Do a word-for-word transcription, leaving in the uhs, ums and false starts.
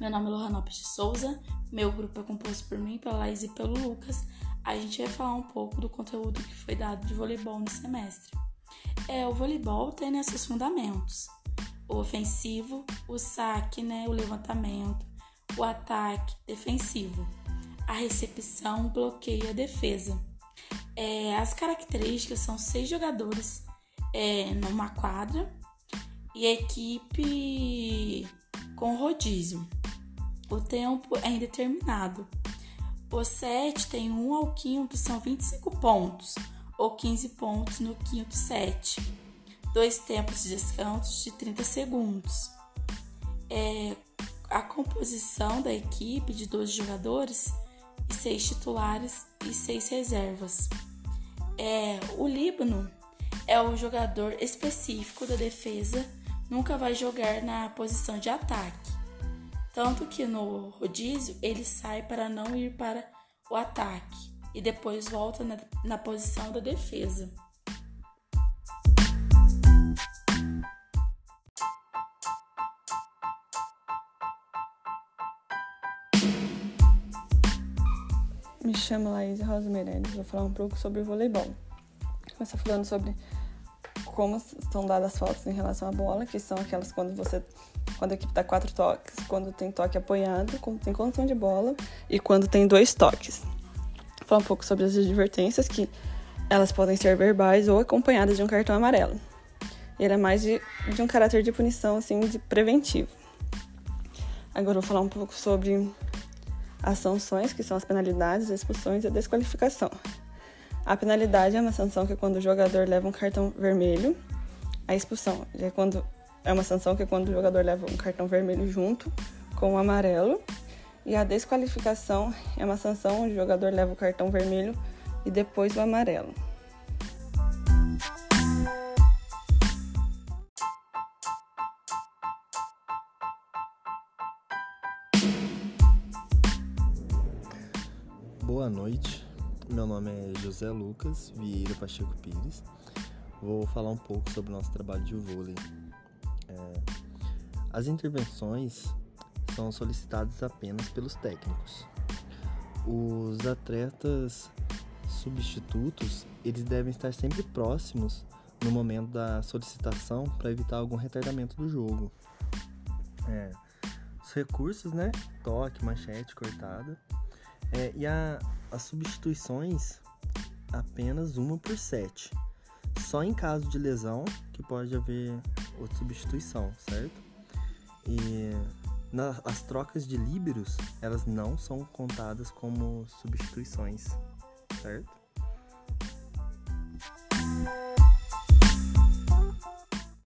Meu nome é Lohana Lopes de Souza, meu grupo é composto por mim, pela Laís e pelo Lucas. A gente vai falar um pouco do conteúdo que foi dado de voleibol no semestre. É, o voleibol tem, né, seus fundamentos: o ofensivo, o saque, né, o levantamento, o ataque defensivo, a recepção, o bloqueio e a defesa. É, as características são seis jogadores é, numa quadra e a equipe com rodízio. O tempo é indeterminado. O set tem um ao quinto, são vinte e cinco pontos, ou quinze pontos no quinto set. Dois tempos de descanso de trinta segundos. É, a composição da equipe de doze jogadores e seis titulares e seis reservas. É, o Líbano é o jogador específico da defesa, nunca vai jogar na posição de ataque. Tanto que no rodízio ele sai para não ir para o ataque e depois volta na, na posição da defesa. Me chamo Laís Rosa Meirelles, vou falar um pouco sobre o voleibol. Começar falando sobre como são dadas as faltas em relação à bola, que são aquelas quando você, quando a equipe dá quatro toques, quando tem toque apoiado, quando tem condução de bola e quando tem dois toques. Vou falar um pouco sobre as advertências, que elas podem ser verbais ou acompanhadas de um cartão amarelo. Ele é mais de, de um caráter de punição, assim, de preventivo. Agora eu vou falar um pouco sobre as sanções, que são as penalidades, as expulsões e a desqualificação. A penalidade é uma sanção que é quando o jogador leva um cartão vermelho. A expulsão é, quando, é uma sanção que é quando o jogador leva um cartão vermelho junto com o amarelo. E a desqualificação é uma sanção onde o jogador leva o cartão vermelho e depois o amarelo. Boa noite, meu nome é José Lucas Vieira Pacheco Pires. Vou falar um pouco sobre o nosso trabalho de vôlei. É, as intervenções são solicitadas apenas pelos técnicos. Os atletas substitutos, eles devem estar sempre próximos no momento da solicitação para evitar algum retardamento do jogo. É, os recursos, né? Toque, manchete, cortada. É, e a, as substituições, apenas uma por set. Só em caso de lesão que pode haver outra substituição, certo? E na, as trocas de líberos, elas não são contadas como substituições, certo?